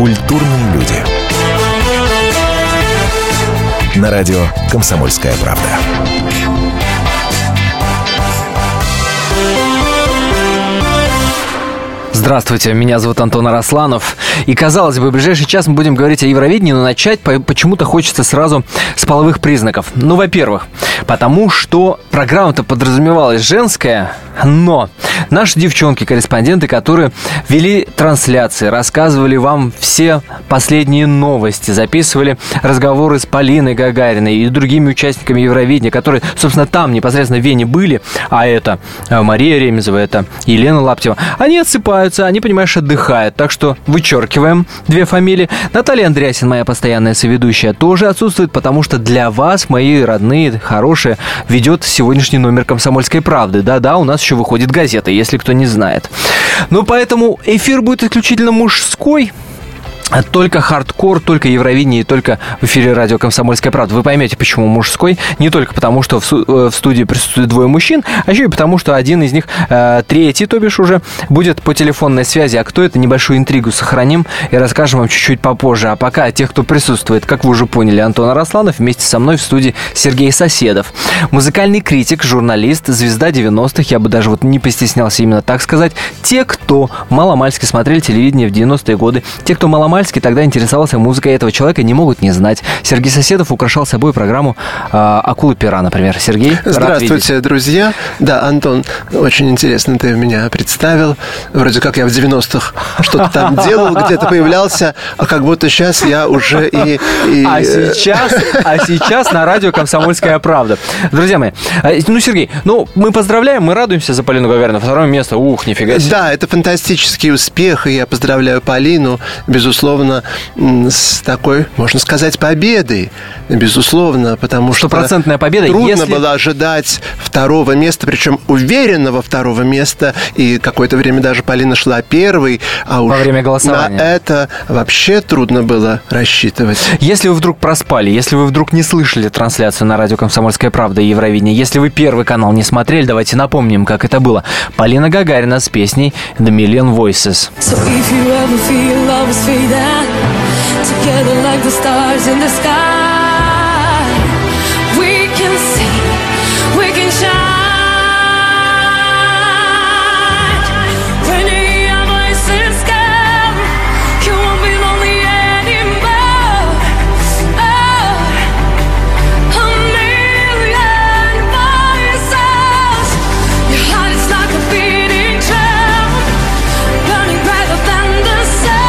Культурные люди. На радио «Комсомольская правда». Здравствуйте, меня зовут Антон Арасланов. И, казалось бы, в ближайший час мы будем говорить о Евровидении, но начать почему-то хочется сразу с половых признаков. Ну, во-первых, потому что программа-то подразумевалась женская, но наши девчонки-корреспонденты, которые вели трансляции, рассказывали вам все последние новости, записывали разговоры с Полиной Гагариной и другими участниками Евровидения, которые, собственно, там непосредственно в Вене были, а это Мария Ремезова, это Елена Лаптева, они отсыпаются, они, понимаешь, отдыхают, так что вычеркиваем две фамилии. Наталья Андреасин, моя постоянная соведущая, тоже отсутствует, потому что для вас, мои родные, хорошие, ведет сегодняшний номер «Комсомольской правды». Да-да, у нас еще выходит газета, если кто не знает. Ну, поэтому эфир будет исключительно мужской. Только хардкор, только Евровидение, только в эфире радио «Комсомольская правда». Вы поймете, почему мужской. Не только потому, что в студии присутствует двое мужчин, а еще и потому, что один из них, третий, то бишь уже, будет по телефонной связи. А кто это? Небольшую интригу сохраним и расскажем вам чуть-чуть попозже. А пока тех, кто присутствует, как вы уже поняли, Антон Арасланов, вместе со мной в студии Сергей Соседов. Музыкальный критик, журналист, звезда 90-х, я бы даже вот не постеснялся именно так сказать. Те, кто маломальски смотрели телевидение в 90-е годы, те, кто маломальски тогда интересовался музыкой этого человека, не могут не знать. Сергей Соседов украшал собой программу «Акулы-пера», например. Сергей, здравствуйте, друзья. Да, Антон, очень интересно ты меня представил. Вроде как я в 90-х что-то там делал, где-то появлялся, а как будто сейчас я уже и... А сейчас на радио «Комсомольская правда». Друзья мои, Сергей, мы поздравляем, мы радуемся за Полину Гагарину. Второе место, нифига себе. Да, это фантастический успех, и я поздравляю Полину, безусловно, с такой, можно сказать, победой. Безусловно, потому что стопроцентная победа. Трудно было ожидать второго места, причем уверенного второго места. И какое-то время даже Полина шла первой. А уж во время голосования. На это вообще трудно было рассчитывать. Если вы вдруг проспали, если вы вдруг не слышали трансляцию на радио «Комсомольская правда» и Евровидение, если вы первый канал не смотрели, давайте напомним, как это было. Полина Гагарина с песней «The Million Voices». Together like the stars in the sky, we can sing, we can shine. When your voices come, you won't be lonely anymore. Oh, a million voices. Your heart is like a beating drum, burning brighter than the sun.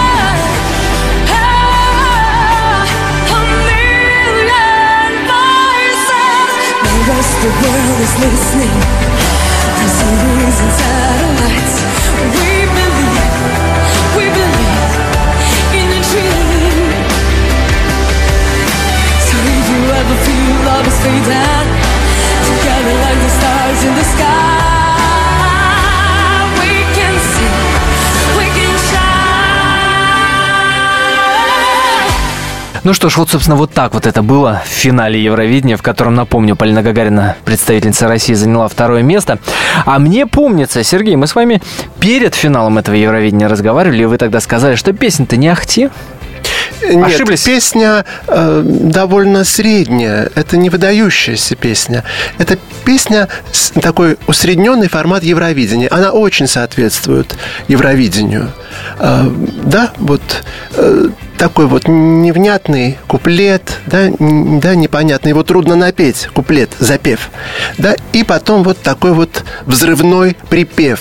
The world is listening to cities and satellites. We believe in a dream. So if you ever feel love is fade out, together like the stars in the sky, we can sing, we can shine. Ну что ж, собственно, вот так вот это было в финале Евровидения, в котором, напомню, Полина Гагарина, представительница России, заняла второе место. А мне помнится, Сергей, мы с вами перед финалом этого Евровидения разговаривали, и вы тогда сказали, что песня-то не ахти. Нет, ошиблись? Песня довольно средняя. Это не выдающаяся песня. Это песня с такой усредненный формат Евровидения. Она очень соответствует Евровидению. Да, вот такой вот невнятный куплет, да, непонятный. Его трудно напеть, куплет, запев. Да, и потом вот такой вот взрывной припев.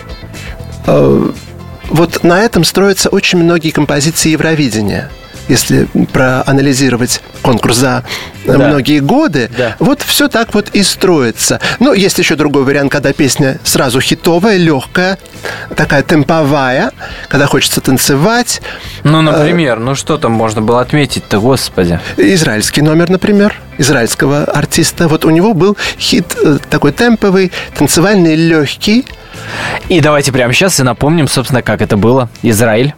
Вот на этом строятся очень многие композиции Евровидения. Если проанализировать конкурс за многие годы, вот все так вот и строится. Но есть еще другой вариант, когда песня сразу хитовая, легкая, такая темповая, когда хочется танцевать. Ну, например, что там можно было отметить-то, господи? Израильский номер, например, израильского артиста. Вот у него был хит такой темповый, танцевальный, легкий. И давайте прямо сейчас и напомним, собственно, как это было. Израиль.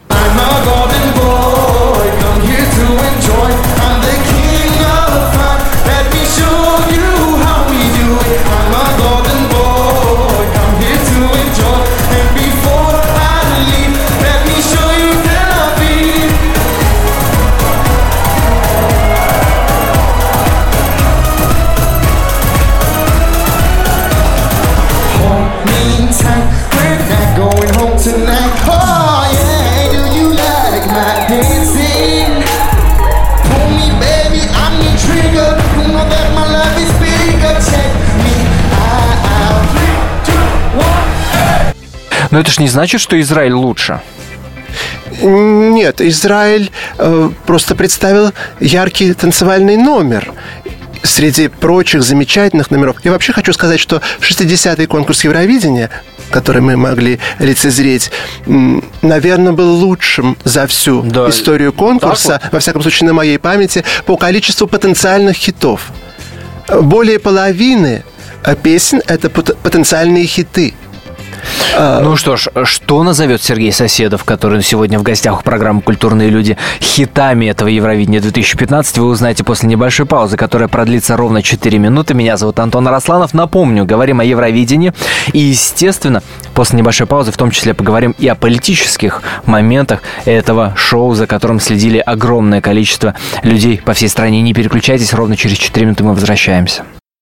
Но это ж не значит, что Израиль лучше. Нет, Израиль просто представил яркий танцевальный номер среди прочих замечательных номеров. Я вообще хочу сказать, что 60-й конкурс Евровидения, который мы могли лицезреть, наверное, был лучшим за всю историю конкурса, во всяком случае, на моей памяти, по количеству потенциальных хитов. Более половины песен – это потенциальные хиты. Ну что ж, что назовет Сергей Соседов, который сегодня в гостях у программы «Культурные люди», хитами этого Евровидения 2015, вы узнаете после небольшой паузы, которая продлится ровно 4 минуты. Меня зовут Антон Арасланов. Напомню, говорим о Евровидении. И, естественно, после небольшой паузы в том числе поговорим и о политических моментах этого шоу, за которым следили огромное количество людей по всей стране. Не переключайтесь, ровно через 4 минуты мы возвращаемся.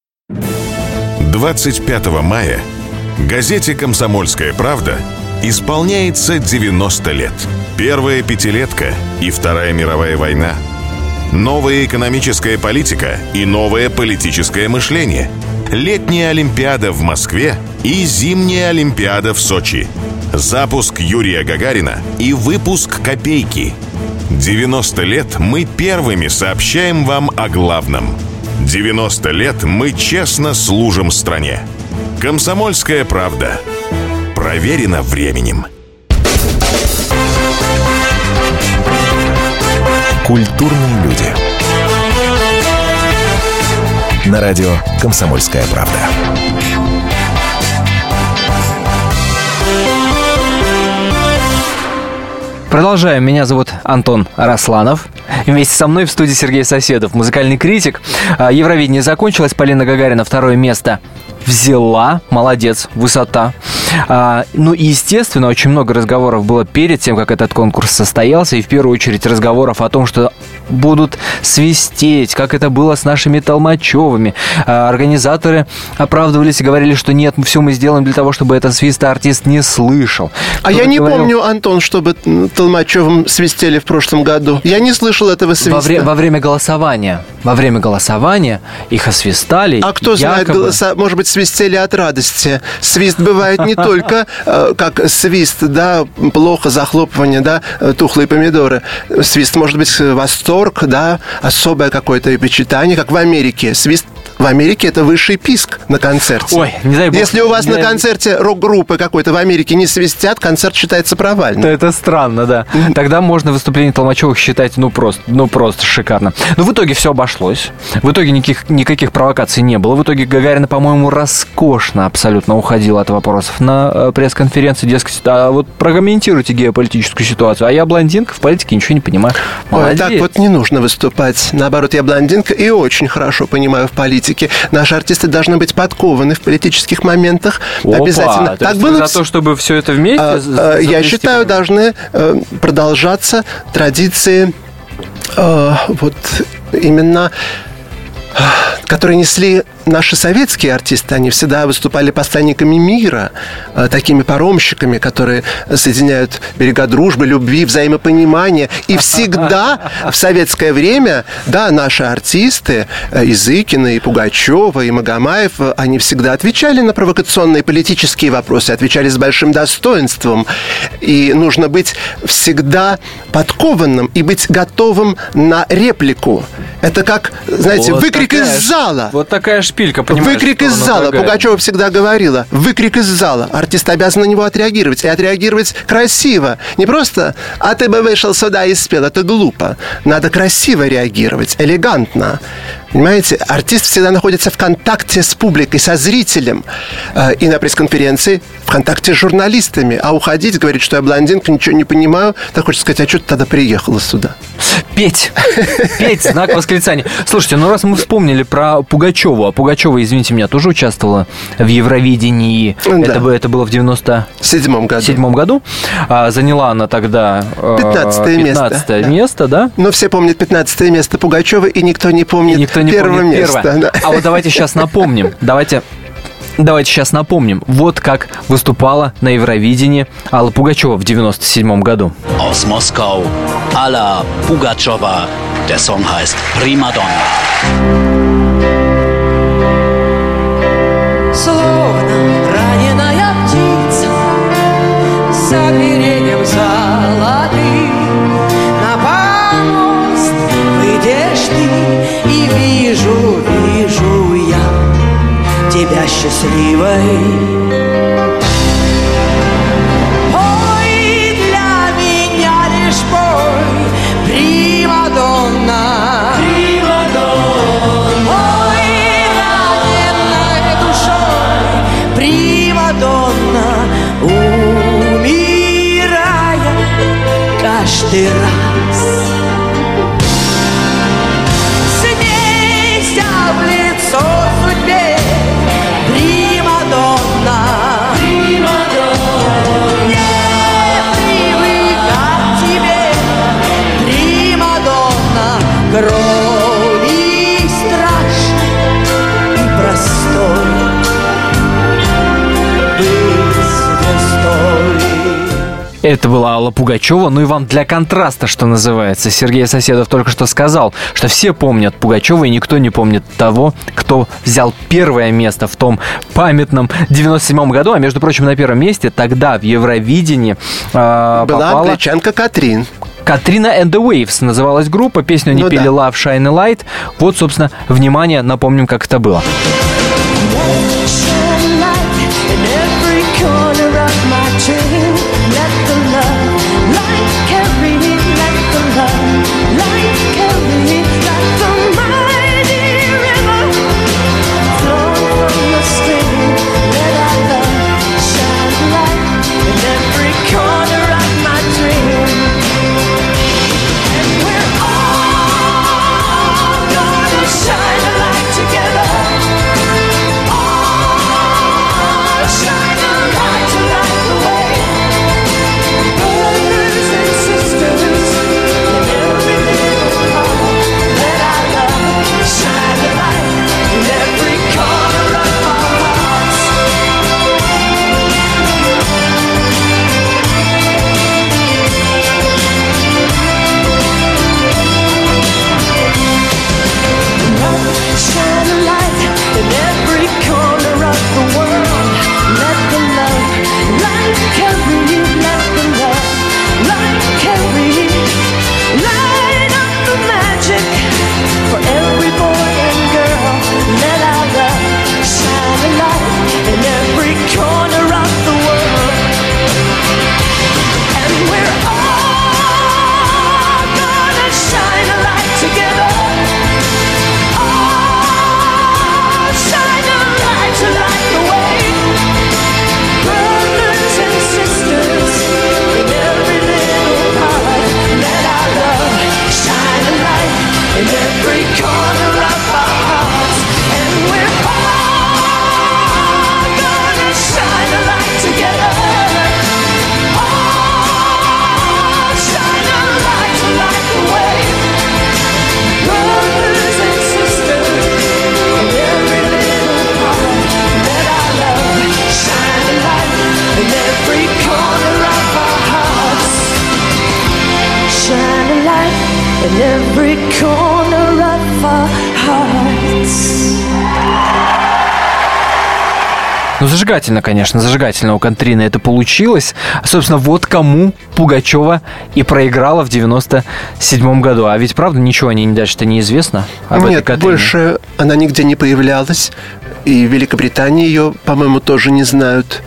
25 мая газете «Комсомольская правда» исполняется 90 лет. Первая пятилетка и Вторая мировая война. Новая экономическая политика и новое политическое мышление. Летняя Олимпиада в Москве и зимняя Олимпиада в Сочи. Запуск Юрия Гагарина и выпуск «Копейки». 90 лет мы первыми сообщаем вам о главном. 90 лет мы честно служим стране. «Комсомольская правда». Проверено временем. Культурные люди. На радио «Комсомольская правда». Продолжаем. Меня зовут Антон Арасланов. Вместе со мной в студии Сергей Соседов, музыкальный критик. Евровидение закончилось. Полина Гагарина 2-е место взяла. Молодец, высота. Ну и, естественно, очень много разговоров было перед тем, как этот конкурс состоялся. И в первую очередь разговоров о том, что будут свистеть, как это было с нашими Толмачевыми. Организаторы оправдывались и говорили, что нет, все мы сделаем для того, чтобы этот свист артист не слышал. А я не помню, Антон, чтобы Толмачевым свистели в прошлом году. Я не слышал этого свиста. Во время голосования. Во время голосования их освистали. А кто знает, может быть, свистели от радости. Свист бывает не только как свист, да, плохо, захлопывание, да, тухлые помидоры. Свист может быть восторг, да, особое какое-то почитание, как в Америке. Свист в Америке — это высший писк на концерте. Ой, не дай бог. Если у вас на концерте рок-группы какой-то в Америке не свистят, концерт считается провальным. Это странно, да. Тогда можно выступление Толмачевых считать, просто шикарно. Но в итоге все обошлось. В итоге никаких провокаций не было. В итоге Гагарина, по-моему, роскошно абсолютно уходила от вопросов на пресс-конференции. Дескать, вот прокомментируйте геополитическую ситуацию. А я блондинка, в политике ничего не понимаю. Молодец. Ой, так вот не нужно выступать. Наоборот, я блондинка и очень хорошо понимаю в политике. Наши артисты должны быть подкованы в политических моментах. Опа, обязательно. Так было за то, чтобы все это вместе? Я считаю, должны продолжаться традиции вот именно, которые несли наши советские артисты. Они всегда выступали посланниками мира, такими паромщиками, которые соединяют берега дружбы, любви, взаимопонимания. И всегда в советское время, да, наши артисты, и Зыкина, и Пугачева, и Магомаев, они всегда отвечали на провокационные политические вопросы, отвечали с большим достоинством. И нужно быть всегда подкованным и быть готовым на реплику. Это как, знаете, вот выкрик из зала. Вот такая шпилька, понимаешь? Выкрик из зала. Пугачева всегда говорила. Выкрик из зала. Артист обязан на него отреагировать. И отреагировать красиво. Не просто «а ты бы вышел сюда и спел». Это глупо. Надо красиво реагировать. Элегантно. Понимаете? Артист всегда находится в контакте с публикой, со зрителем. И на пресс-конференции в контакте с журналистами. А уходить, говорить, что я блондинка, ничего не понимаю, так хочется сказать, а что ты тогда приехала сюда? Петь, знак восклицания. Слушайте, ну раз мы вспомнили про Пугачеву, а Пугачева, извините меня, тоже участвовала в Евровидении. Да. Это было в 97-м году. Заняла она тогда 15-е место, да? Но все помнят 15-е место Пугачевой, и никто не помнит первое место. Да. А вот давайте сейчас напомним. Давайте сейчас напомним, вот как выступала на Евровидении Алла Пугачева в 97 году. Aus Moskau, Alla Pugacheva. Der Song heißt Prima Donna. Словно раненая птица с оперением золотым. На помост выйдешь ты, и вижу я тебя счастливой. Каждый раз смейся в лицо судьбе, примадонна, не привыкать тебе, примадонна, крови страшный и простой, быть звездой. Это была Алла Пугачева. Ну и вам для контраста, что называется. Сергей Соседов только что сказал, что все помнят Пугачева, и никто не помнит того, кто взял первое место в том памятном 97-м году. А между прочим, на первом месте тогда в Евровидении была попала англичанка Катрин. Катрина and the Waves называлась группа. Песню они пели Love, Shine a Light. Вот, собственно, внимание, напомним, как это было. Ну, зажигательно, конечно, зажигательно у Катрины это получилось. Собственно, вот кому Пугачева и проиграла в 97-м году. А ведь, правда, ничего о ней дальше-то неизвестно об этой Нет, Катрине. больше она нигде не появлялась. И в Великобритании ее, по-моему, тоже не знают.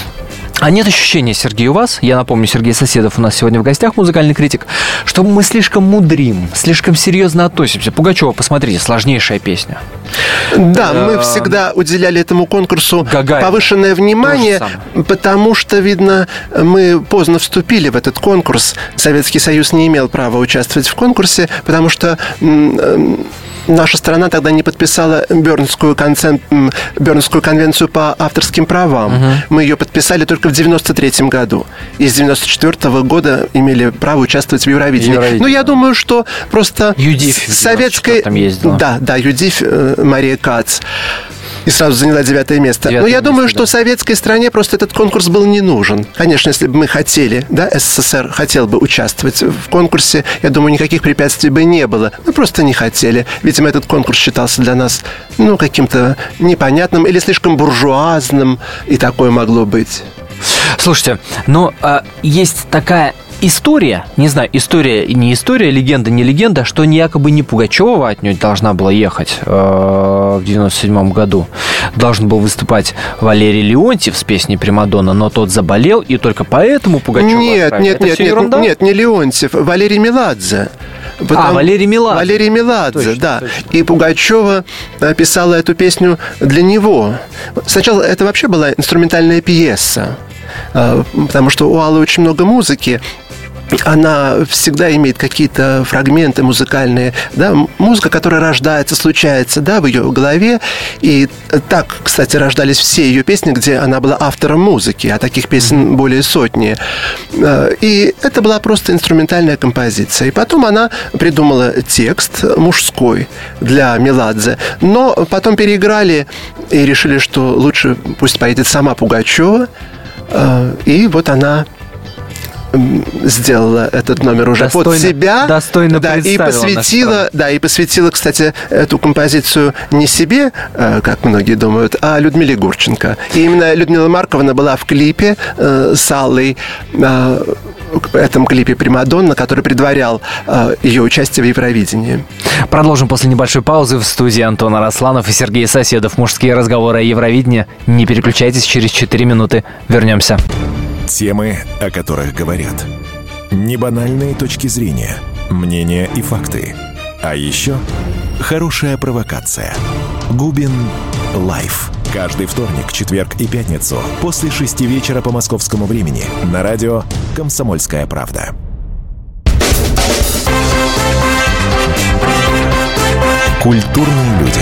А нет ощущения, Сергей, у вас, я напомню, Сергей Соседов у нас сегодня в гостях, музыкальный критик, что мы слишком мудрим, слишком серьезно относимся? Пугачева, посмотрите, сложнейшая песня. Да, мы всегда уделяли этому конкурсу Гагарин. повышенное внимание, потому что, видно, мы поздно вступили в этот конкурс. Советский Союз не имел права участвовать в конкурсе, потому что наша страна тогда не подписала Бернскую конвенцию по авторским правам. Мы ее подписали только в 1993 году. И с 1994 года имели право участвовать в Евровидении. Но я думаю, что просто советская... Да, Юдифь Мария Кац. И сразу заняла 9 место. Но я думаю, что советской стране просто этот конкурс был не нужен. Конечно, если бы мы хотели, да, СССР хотел бы участвовать в конкурсе, я думаю, никаких препятствий бы не было. Мы просто не хотели. Видимо, этот конкурс считался для нас, каким-то непонятным или слишком буржуазным, и такое могло быть. Слушайте, но есть такая история, не знаю, история, не история, легенда, не легенда, что якобы не Пугачева отнюдь должна была ехать в 97 году. Должен был выступать Валерий Леонтьев с песней «Примадонна», но тот заболел, и только поэтому Пугачева Нет, не Леонтьев, Валерий Меладзе. Валерий Меладзе. Валерий Меладзе, точно, да. Точно. И Пугачева писала эту песню для него. Сначала это вообще была инструментальная пьеса, потому что у Аллы очень много музыки. Она всегда имеет какие-то фрагменты музыкальные, да, музыка, которая рождается, случается, да, в ее голове. И так, кстати, рождались все ее песни, где она была автором музыки, а таких песен более сотни. И это была просто инструментальная композиция. И потом она придумала текст мужской для Меладзе, но потом переиграли и решили, что лучше пусть поедет сама Пугачева. И вот она сделала этот номер уже под себя, достойно и посвятила, кстати, эту композицию не себе, как многие думают, а Людмиле Гурченко. И именно Людмила Марковна была в клипе с Аллой, в этом клипе «Примадонна», который предварял ее участие в Евровидении. Продолжим после небольшой паузы. В студии Антон Арасланов и Сергей Соседов. Мужские разговоры о Евровидении. Не переключайтесь, через 4 минуты вернемся. Темы, о которых говорят. Небанальные точки зрения, мнения и факты. А еще хорошая провокация. Губин Лайф. Каждый вторник, четверг и пятницу после 6 вечера по московскому времени на радио «Комсомольская правда». Культурные люди.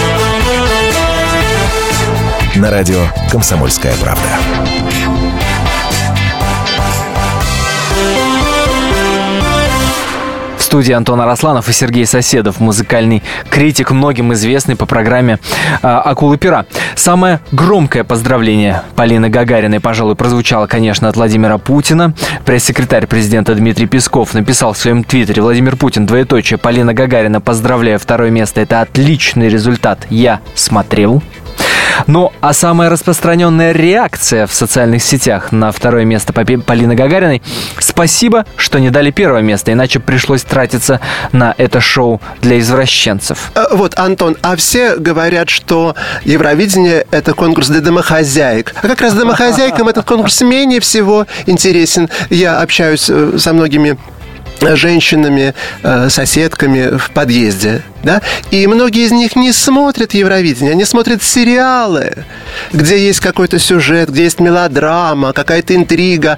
На радио «Комсомольская правда». В студии Антон Арасланов и Сергей Соседов, музыкальный критик, многим известный по программе «Акулы пера». Самое громкое поздравление Полины Гагариной, пожалуй, прозвучало, конечно, от Владимира Путина. Пресс-секретарь президента Дмитрий Песков написал в своем твиттере: «Владимир Путин, двоеточие, Полина Гагарина, поздравляю, 2 место. Это отличный результат. Я смотрел». Ну, а самая распространенная реакция в социальных сетях на 2 место Полины Гагариной: «Спасибо, что не дали 1 место, иначе пришлось тратиться на это шоу для извращенцев». Вот, Антон, а все говорят, что Евровидение – это конкурс для домохозяек. А как раз домохозяйкам этот конкурс менее всего интересен. Я общаюсь со многими женщинами, соседками в подъезде, да, и многие из них не смотрят Евровидение, они смотрят сериалы, где есть какой-то сюжет, где есть мелодрама, какая-то интрига.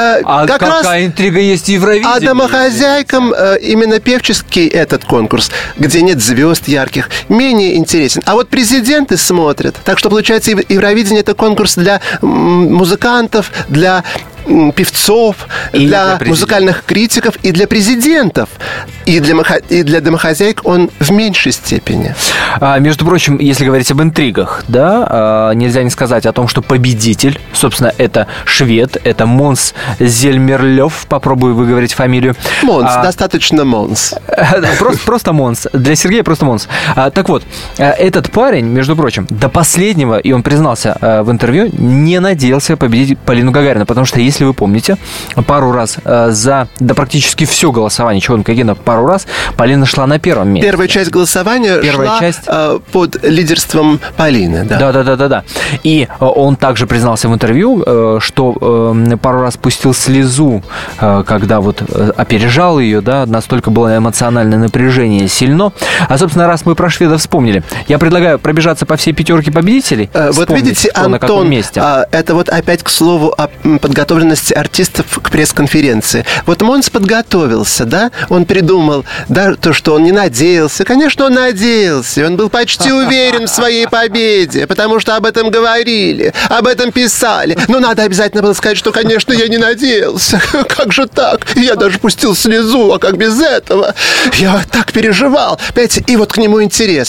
Какая интрига есть в Евровидении? А домохозяйкам именно певческий этот конкурс, где нет звезд ярких, менее интересен. А вот президенты смотрят. Так что, получается, Евровидение – это конкурс для музыкантов, для певцов, для музыкальных критиков и для президентов. И для домохозяек он в меньшей степени. Между прочим, если говорить об интригах, да, нельзя не сказать о том, что победитель, собственно, это швед, это Монс Зельмерлёв, попробую выговорить фамилию. Монс, достаточно Монс. Просто Монс. Для Сергея просто Монс. Так вот, этот парень, между прочим, до последнего, и он признался в интервью, не надеялся победить Полину Гагарину, потому что, если вы помните, пару раз практически все голосование Чего Кагина пару раз Полина шла на 1 месте. Первая часть голосования шла под лидерством Полины. Да. И он также признался в интервью, что пару раз пустил слезу, когда вот опережал ее, да, настолько было эмоциональное напряжение сильно. А, собственно, раз мы про шведов вспомнили, я предлагаю пробежаться по всей 5 победителей. Вот видите, Антон, это вот опять к слову о подготовленности артистов к пресс-конференции. Вот Монс подготовился, да, он придумал, да, то, что он не надеялся. Конечно, он надеялся, он был почти уверен в своей победе, потому что об этом говорили, об этом писали. Но надо обязательно было сказать, что, конечно, я не надеялся. Как же так? Я даже пустил слезу, а как без этого? Я так переживал. Понимаете, и вот к нему интерес.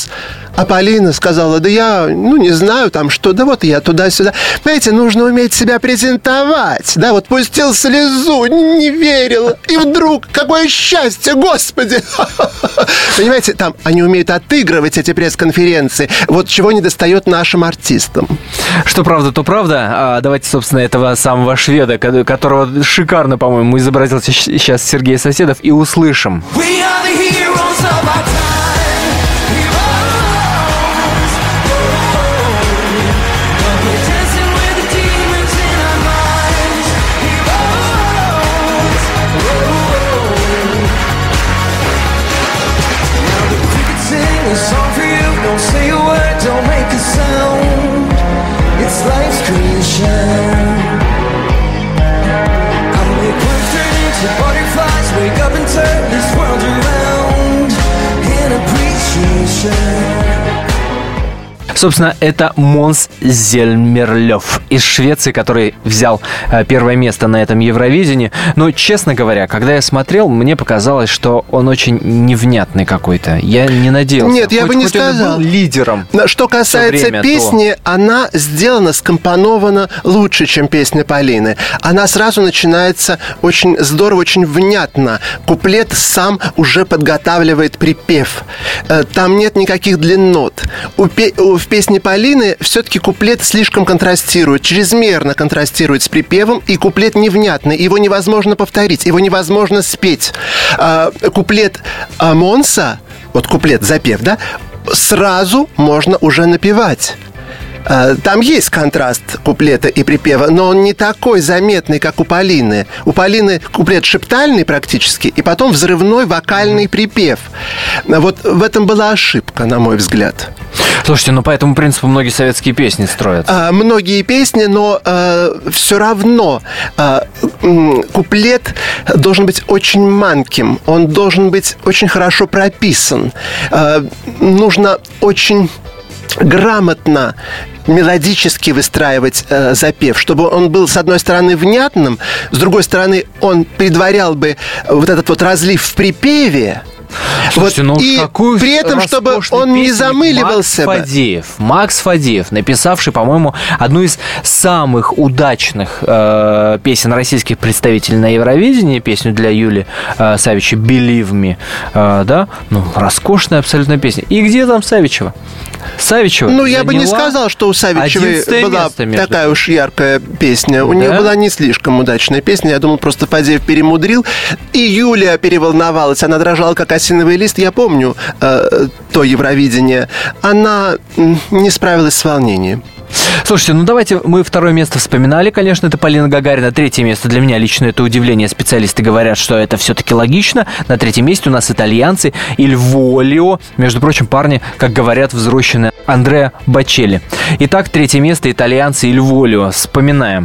А Полина сказала: да я, не знаю, там что, да вот я туда-сюда. Понимаете, нужно уметь себя презентовать. Да, вот пустил слезу, не верил. И вдруг, какое счастье, Господи! Понимаете, там они умеют отыгрывать эти пресс-конференции. Вот чего не достает нашим артистам. Что правда, то правда. Давайте, собственно, этого самого шведа, которого шикарно, по-моему, изобразил сейчас Сергей Соседов, и услышим. Собственно, это Måns Zelmerlöw из Швеции, который взял первое место на этом Евровидении. Но, честно говоря, когда я смотрел, мне показалось, что он очень невнятный какой-то. Я не надеялся. Нет, я бы не сказал. Он был лидером. Что касается песни, она сделана, скомпонована лучше, чем песня Полины. Она сразу начинается очень здорово, очень внятно. Куплет сам уже подготавливает припев. Там нет никаких длин нот. В песне Полины все-таки куплет слишком контрастирует, чрезмерно контрастирует с припевом, и куплет невнятный, его невозможно повторить, его невозможно спеть. Куплет Монса, вот куплет, запев, да, сразу можно уже напевать. Там есть контраст куплета и припева, но он не такой заметный, как у Полины. У Полины куплет шептальный практически, и потом взрывной вокальный припев. Вот в этом была ошибка, на мой взгляд. Слушайте, по этому принципу многие советские песни строят. Многие песни, но все равно куплет должен быть очень манким, он должен быть очень хорошо прописан. Нужно очень грамотно, мелодически выстраивать запев, чтобы он был, с одной стороны, внятным, с другой стороны, он предварял бы вот этот вот разлив в припеве. Слушайте, вот, и при этом, чтобы он не замыливался бы. Макс Фадеев, написавший, по-моему, одну из самых удачных песен российских представителей на Евровидении, песню для Юли Савича «Believe Me», да? Роскошная абсолютно песня. И где там Савичева? Я бы не сказал, что у Савичевой была такая уж яркая песня. У нее была не слишком удачная песня. Я думал, просто Фадеев перемудрил. И Юлия переволновалась. Она дрожала, как осиновый лист. Я помню то Евровидение. Она не справилась с волнением. Слушайте, давайте, мы второе место вспоминали, конечно, это Полина Гагарина. Третье место для меня лично это удивление. Специалисты говорят, что это все-таки логично. На третьем месте у нас итальянцы Il Volio. Между прочим, парни, как говорят, взросленные Андреа Бочелли. Итак, третье место итальянцы Il Volio. Вспоминаем.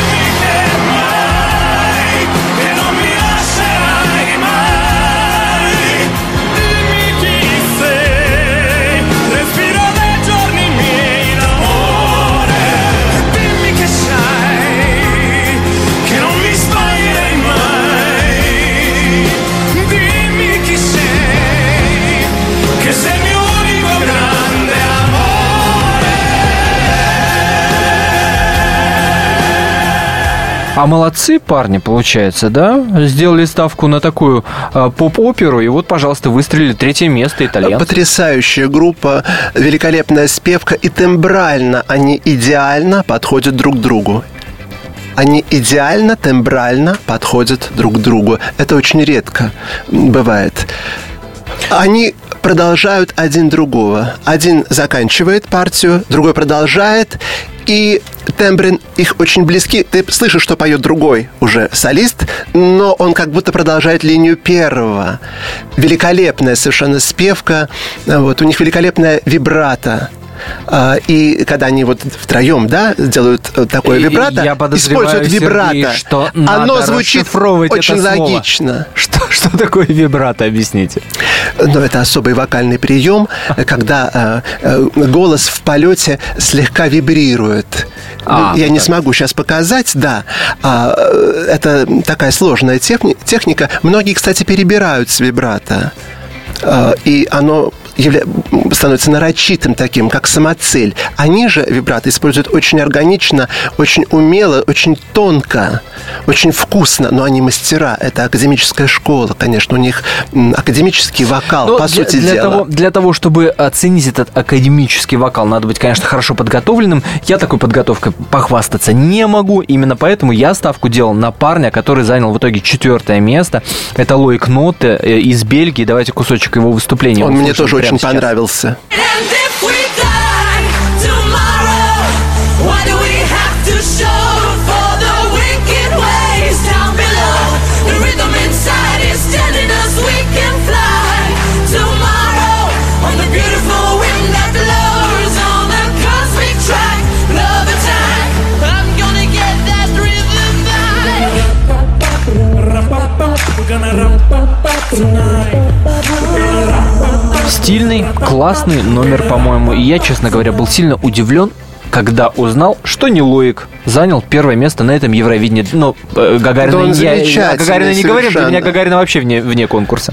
А молодцы парни, получается, да? Сделали ставку на такую поп-оперу, и вот, пожалуйста, выстрелили третье место итальянцев. Потрясающая группа, великолепная спевка, и тембрально они идеально подходят друг к другу. Они идеально, тембрально подходят друг к другу. Это очень редко бывает. Они продолжают один другого. Один заканчивает партию, другой продолжает, и тембры их очень близки. Ты слышишь, что поет другой уже солист, но он как будто продолжает линию первого. Великолепная совершенно спевка. Вот, у них великолепная вибрато. И когда они вот втроем, да, делают такое вибрато, используют вибрато, Сергей, что оно звучит очень логично. Что такое вибрато, объясните? Это особый вокальный прием, когда голос в полете слегка вибрирует. Я не смогу сейчас показать, да. Это такая сложная техника. Многие, кстати, перебирают с вибрато. И оно становится нарочитым таким, как самоцель. Они же вибрато используют очень органично, очень умело, очень тонко, очень вкусно, но они мастера. Это академическая школа, конечно, у них академический вокал, по сути дела. Для того, чтобы оценить этот академический вокал, надо быть, конечно, хорошо подготовленным. Я такой подготовкой похвастаться не могу. Именно поэтому я ставку делал на парня, который занял в итоге 4 место. Это Лоик Ноте из Бельгии. Давайте кусочек его выступления. Он мне тоже очень понравился. Стильный, классный номер, по-моему. И я, честно говоря, был сильно удивлен, когда узнал, что не Лоик занял 1 место на этом Евровидении. Ну, Гагарина не говорим, для меня Гагарина вообще вне конкурса.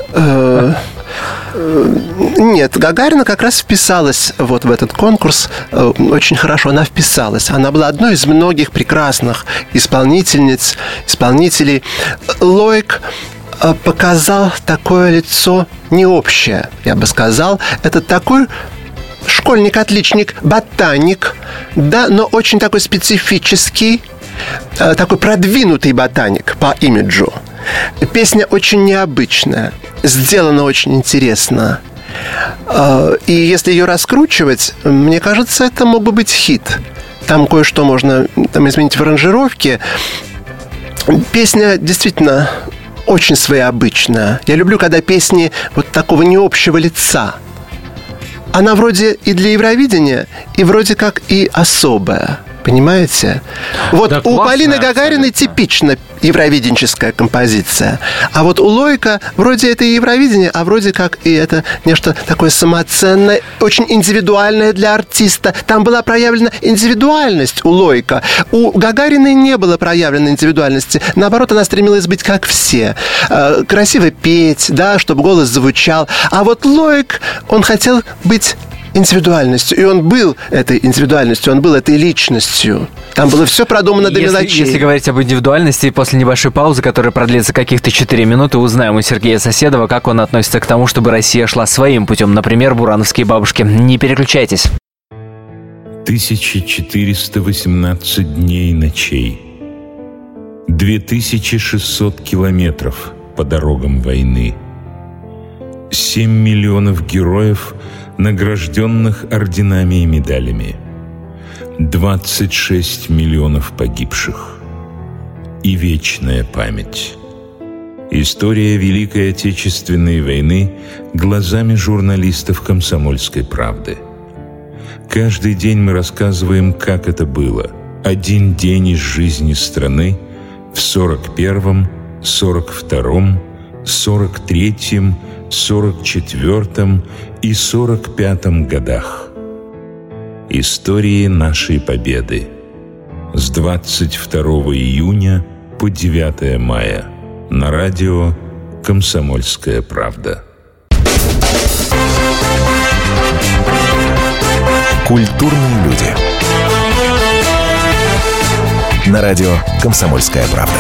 Нет, Гагарина как раз вписалась вот в этот конкурс очень хорошо. Она вписалась. Она была одной из многих прекрасных исполнителей. Лоик показал такое лицо необщее, я бы сказал. Это такой школьник-отличник, ботаник, да, но очень такой специфический, такой продвинутый ботаник по имиджу. Песня очень необычная, сделана очень интересно. И если ее раскручивать, мне кажется, это мог бы быть хит. Там кое-что можно изменить в аранжировке. Песня действительно очень своеобычная. Я люблю, когда песни вот такого необщего лица. Она вроде и для Евровидения, и вроде как и особая. Понимаете? Вот да, у Полины Гагариной типично евровиденческая композиция. А вот у Лоика вроде это и Евровидение, а вроде как и это нечто такое самоценное, очень индивидуальное для артиста. Там была проявлена индивидуальность у Лоика. У Гагариной не было проявленной индивидуальности. Наоборот, она стремилась быть как все. Красиво петь, да, чтобы голос звучал. А вот Лоик, он хотел быть индивидуальностью. И он был этой индивидуальностью, он был этой личностью. Там было все продумано до мелочей. Если говорить об индивидуальности, после небольшой паузы, которая продлится каких-то 4 минуты, узнаем у Сергея Соседова, как он относится к тому, чтобы Россия шла своим путем. Например, бурановские бабушки. Не переключайтесь. 1418 дней и ночей. 2600 километров по дорогам войны. 7 миллионов героев, награжденных орденами и медалями. 26 миллионов погибших. И вечная память. История Великой Отечественной войны глазами журналистов «Комсомольской правды». Каждый день мы рассказываем, как это было. Один день из жизни страны в 41-м, 42-м, 43-м, 44-м и 45-м годах. Истории нашей победы. С 22 июня по 9 мая. На радио «Комсомольская правда». Культурные люди. На радио «Комсомольская правда».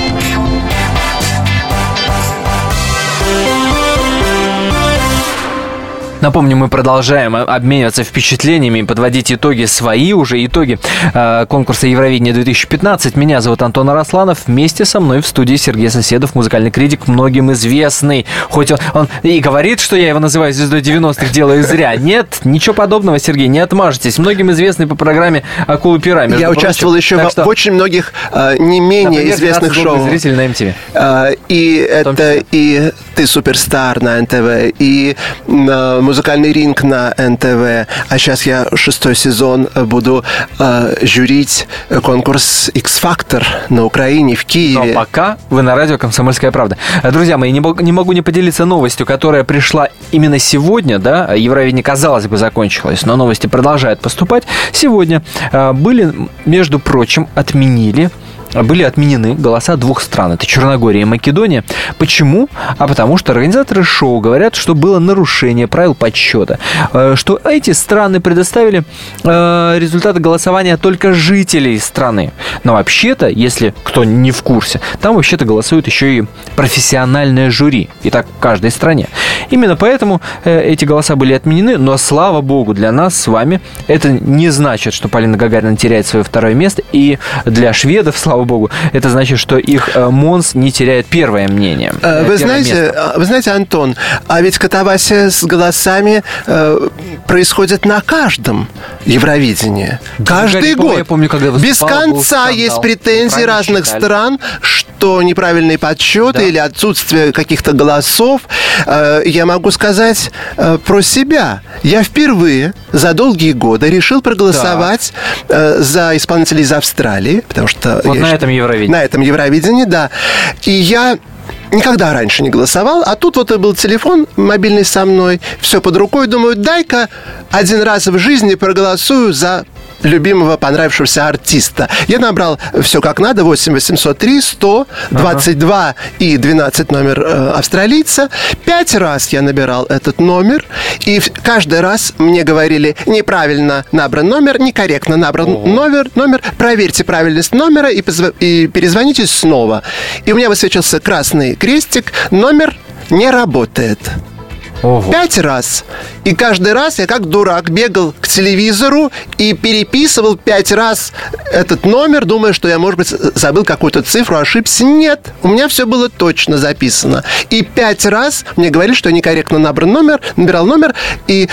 Напомню, мы продолжаем обмениваться впечатлениями и подводить итоги свои, уже итоги конкурса Евровидения 2015. Меня зовут Антон Арасланов. Вместе со мной в студии Сергей Соседов, музыкальный критик, многим известный. Хоть он и говорит, что я его называю звездой 90-х, делаю зря. Нет, ничего подобного, Сергей, не отмажетесь. Многим известный по программе «Акулы пера». Я участвовал еще в очень многих не менее например, известных шоу. Зрителей на MTV. И это и «Ты суперстар» на НТВ, и «Музыкальный ринг» на НТВ. А сейчас я 6-й сезон буду жюрить конкурс X-Factor на Украине, в Киеве. Но пока вы на радио «Комсомольская правда». Друзья мои, не могу не поделиться новостью, которая пришла именно сегодня. Да? Евровидение, казалось бы, закончилось, но новости продолжают поступать. Сегодня были, между прочим, отменили были отменены голоса двух стран. Это Черногория и Македония. Почему? А потому что организаторы шоу говорят, что было нарушение правил подсчета. Что эти страны предоставили результаты голосования только жителей страны. Но вообще-то, если кто не в курсе, там вообще-то голосует еще и профессиональное жюри. И так в каждой стране. Именно поэтому эти голоса были отменены. Но, слава богу, для нас с вами это не значит, что Полина Гагарина теряет свое второе место. И для шведов, слава богу, это значит, что их Монс не теряет первое мнение. Вы знаете, Антон, а ведь катавасия с голосами происходит на каждом Евровидении. Каждый год. Я помню, когда без конца есть претензии разных стран, что неправильные подсчеты или отсутствие каких-то голосов. Я могу сказать про себя. Я впервые за долгие годы решил проголосовать за исполнителей из Австралии, потому что... Вот на этом Евровидении. На этом Евровидении, да. И я никогда раньше не голосовал, а тут вот и был телефон мобильный со мной, все под рукой, думаю, дай-ка один раз в жизни проголосую за любимого, понравившегося артиста. Я набрал все как надо, 8 803 100 22 и 12 номер австралийца. 5 раз я набирал этот номер, и каждый раз мне говорили, неправильно набран номер, некорректно набран номер, проверьте правильность номера и перезвоните снова. И у меня высвечился красный крестик, номер не работает. 5 раз. И каждый раз я как дурак бегал к телевизору и переписывал 5 раз этот номер, думая, что я, может быть, забыл какую-то цифру, ошибся. Нет, у меня все было точно записано. И 5 раз мне говорили, что я некорректно набирал номер, и...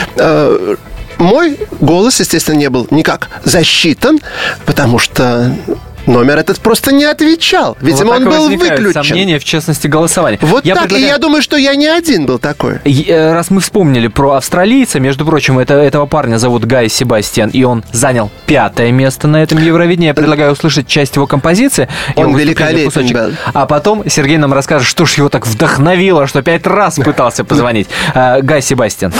мой голос, естественно, не был никак засчитан, потому что номер этот просто не отвечал. Видимо, вот он был выключен. Сомнения в честности голосования. Вот так, и я думаю, что я не один был такой. Раз мы вспомнили про австралийца, между прочим, этого парня зовут Гай Себастьян, и он занял 5-е место на этом Евровидении. Я предлагаю услышать часть его композиции. Он великолепен был. А потом Сергей нам расскажет, что ж его так вдохновило, что 5 раз пытался позвонить. Гай Себастьян.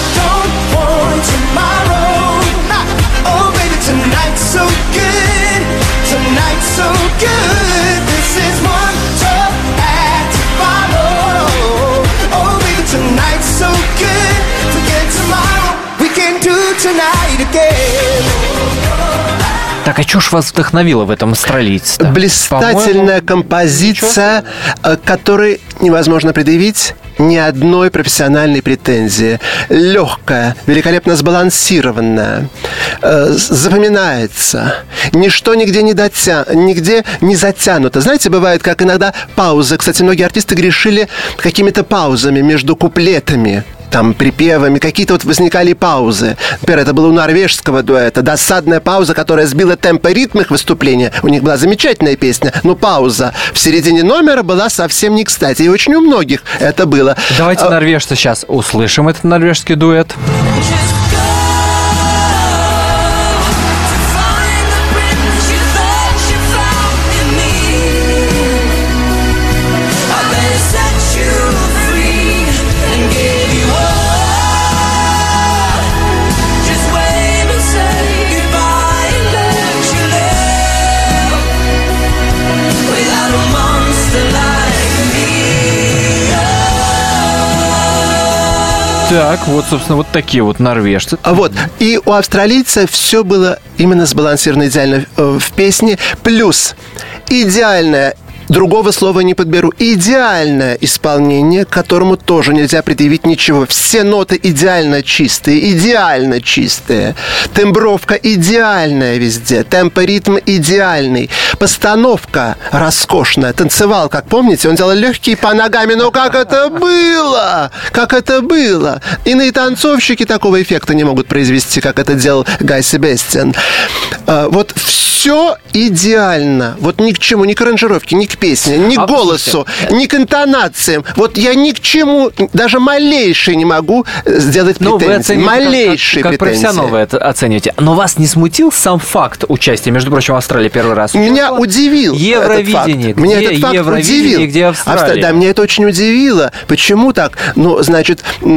Так, а что ж вас вдохновило в этом австралийце-то? Блистательная композиция, которой невозможно предъявить ни одной профессиональной претензии. Легкая, великолепно сбалансированная, запоминается. Ничто нигде не затянуто. Знаете, бывает, как иногда паузы. Кстати, многие артисты грешили какими-то паузами между куплетами. Там припевами, какие-то вот возникали паузы. Например, это было у норвежского дуэта. Досадная пауза, которая сбила темп и ритм их выступления. У них была замечательная песня, но пауза в середине номера была совсем не кстати. И очень у многих это было. Давайте норвежца сейчас услышим, этот норвежский дуэт. Так, вот, собственно, вот такие вот норвежцы. Вот. И у австралийца все было именно сбалансировано идеально в песне. Плюс идеальная, другого слова не подберу, идеальное исполнение, к которому тоже нельзя предъявить ничего. Все ноты идеально чистые. Тембровка идеальная везде. Темп и ритм идеальный. Постановка роскошная. Танцевал, как помните, он делал легкие по ногами. Но как это было? Иные танцовщики такого эффекта не могут произвести, как это делал Гай Себастьян. Вот все идеально. Вот ни к чему, ни к аранжировке, ни к песне, ни к голосу, ни к интонациям. Вот я ни к чему, даже малейшей не могу сделать претензии. Малейшие как профессионал вы это оцениваете. Но вас не смутил сам факт участия, между прочим, в Австралии первый раз? Меня удивил Евровидение. Этот факт. Меня этот факт удивил. Где Австралия? Да, меня это очень удивило. Почему так? Ну, значит,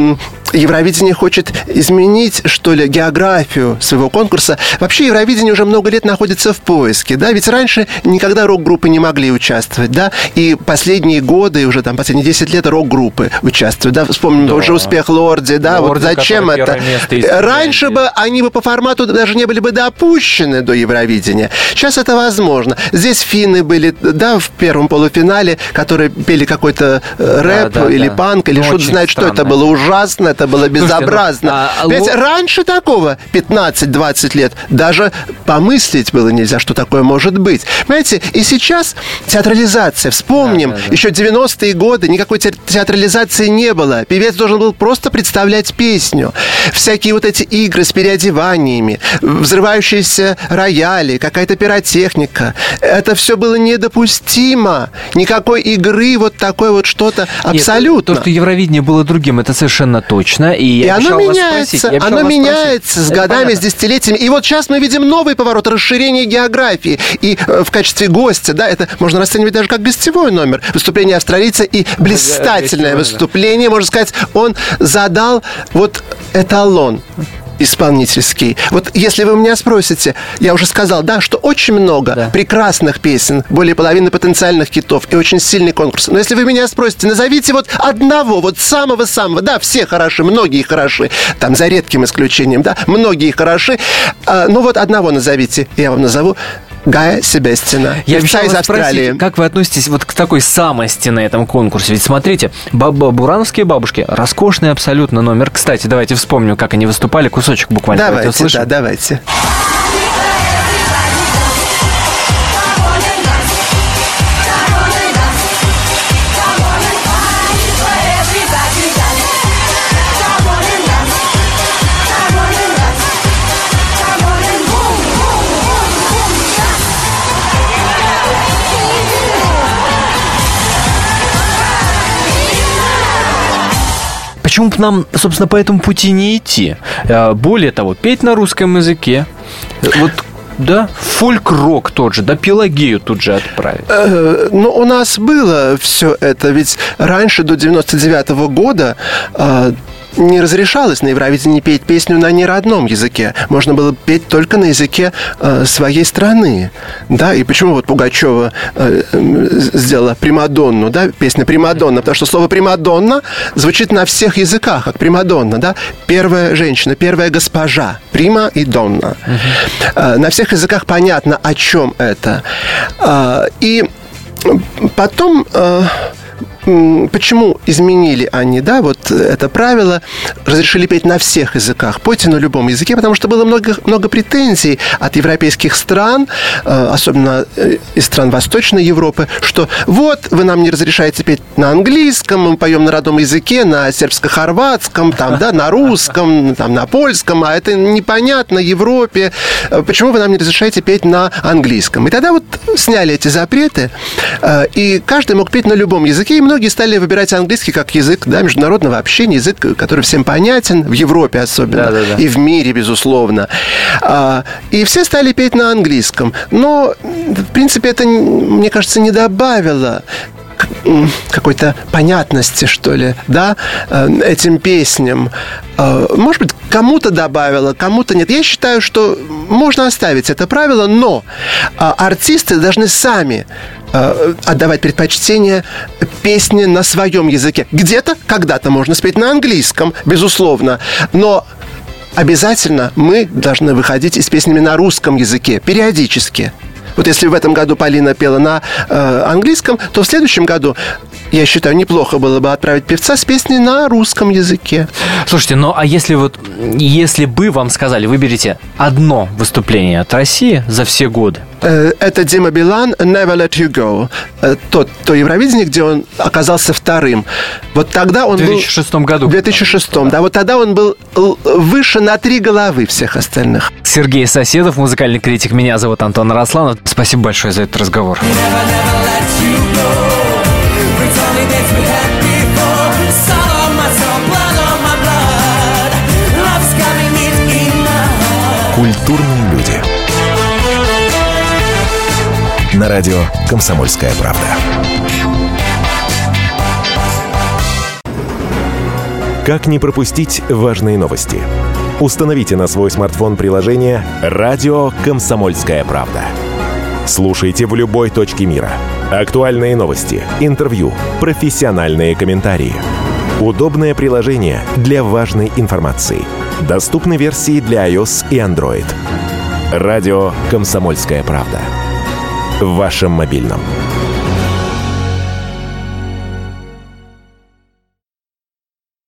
Евровидение хочет изменить, что ли, географию своего конкурса. Вообще Евровидение уже много лет находится в поиске, да, ведь раньше никогда рок-группы не могли участвовать, да, и последние годы, уже там последние 10 лет рок-группы участвуют, да, вспомним тот же успех Лорди, да, Лорди, вот зачем это? Раньше бы они бы по формату даже не были бы допущены до Евровидения. Сейчас это возможно. Здесь финны были, да, в первом полуфинале, которые пели какой-то рэп или панк, или что-то знает, что это было ужасно, это было безобразно. Ведь раньше такого, 15-20 лет, даже помыслить было нельзя, что такое может быть. Понимаете, и сейчас театрализация. Вспомним, еще 90-е годы никакой театрализации не было. Певец должен был просто представлять песню. Всякие вот эти игры с переодеваниями, взрывающиеся рояли, какая-то пиротехника. Это все было недопустимо. Никакой игры, вот такой вот что-то абсолютно. То, что Евровидение было другим, это совершенно точно. И оно меняется с годами, с десятилетиями. И вот сейчас мы видим новый поворот, расширение географии. И в качестве гостя, да, это можно расценивать даже как гостевой номер. Выступление австралийца и блистательное выступление, можно сказать, он задал вот эталон исполнительский. Вот если вы меня спросите, я уже сказал, да, что очень много прекрасных песен, более половины потенциальных хитов и очень сильный конкурс. Но если вы меня спросите, назовите вот одного, вот самого-самого, да, все хороши, многие хороши, там за редким исключением, да, многие хороши, но вот одного назовите, я вам назову Гая Себестина. Я обещал вас спросить, как вы относитесь вот к такой самости на этом конкурсе? Ведь смотрите, бурановские бабушки, роскошный абсолютно номер. Кстати, давайте вспомним, как они выступали, кусочек буквально. Давайте, давайте. Почему бы нам, собственно, по этому пути не идти? Более того, петь на русском языке. Вот, да, фольк-рок тот же, да, Пелагею тут же отправить. Ну, у нас было все это, ведь раньше, до 99-го года, не разрешалось на Евровидении петь песню на неродном языке. Можно было петь только на языке своей страны. Да, и почему вот Пугачева сделала «Примадонну», да, песня «Примадонна», потому что слово «примадонна» звучит на всех языках, как «примадонна», да, первая женщина, первая госпожа, прима и донна. На всех языках понятно, о чем это. И потом... Почему изменили они, да, вот это правило, разрешили петь на всех языках, пойте на любом языке, потому что было много претензий от европейских стран, особенно из стран Восточной Европы, что вот, вы нам не разрешаете петь на английском, мы поем на родном языке, на сербско-хорватском, там, да, на русском, там, на польском, а это непонятно Европе, почему вы нам не разрешаете петь на английском. И тогда вот сняли эти запреты, и каждый мог петь на любом языке, и многие стали выбирать английский как язык, да, международного общения, язык, который всем понятен, в Европе особенно, и в мире, безусловно. И все стали петь на английском. Но, в принципе, это, мне кажется, не добавило какой-то понятности, что ли, да, этим песням. Может быть, кому-то добавило, кому-то нет. Я считаю, что можно оставить это правило, но артисты должны сами отдавать предпочтение песне на своем языке. Где-то, когда-то можно спеть на английском, безусловно, но обязательно мы должны выходить и с песнями на русском языке, периодически. Вот если в этом году Полина пела на английском, то в следующем году, я считаю, неплохо было бы отправить певца с песней на русском языке. Слушайте, ну а если бы вам сказали, выберите одно выступление от России за все годы? Это Дима Билан «Never Let You Go». То Евровидение, где он оказался вторым. Вот тогда он был... В 2006 году. В 2006, да. Вот тогда он был выше на 3 головы всех остальных. Сергей Соседов, музыкальный критик. Меня зовут Антон Арасланов. Спасибо большое за этот разговор. Культурные люди. На радио «Комсомольская правда». Как не пропустить важные новости? Установите на свой смартфон приложение «Радио Комсомольская правда». Слушайте в любой точке мира. Актуальные новости, интервью, профессиональные комментарии. Удобное приложение для важной информации. Доступны версии для iOS и Android. «Радио Комсомольская правда». В вашем мобильном.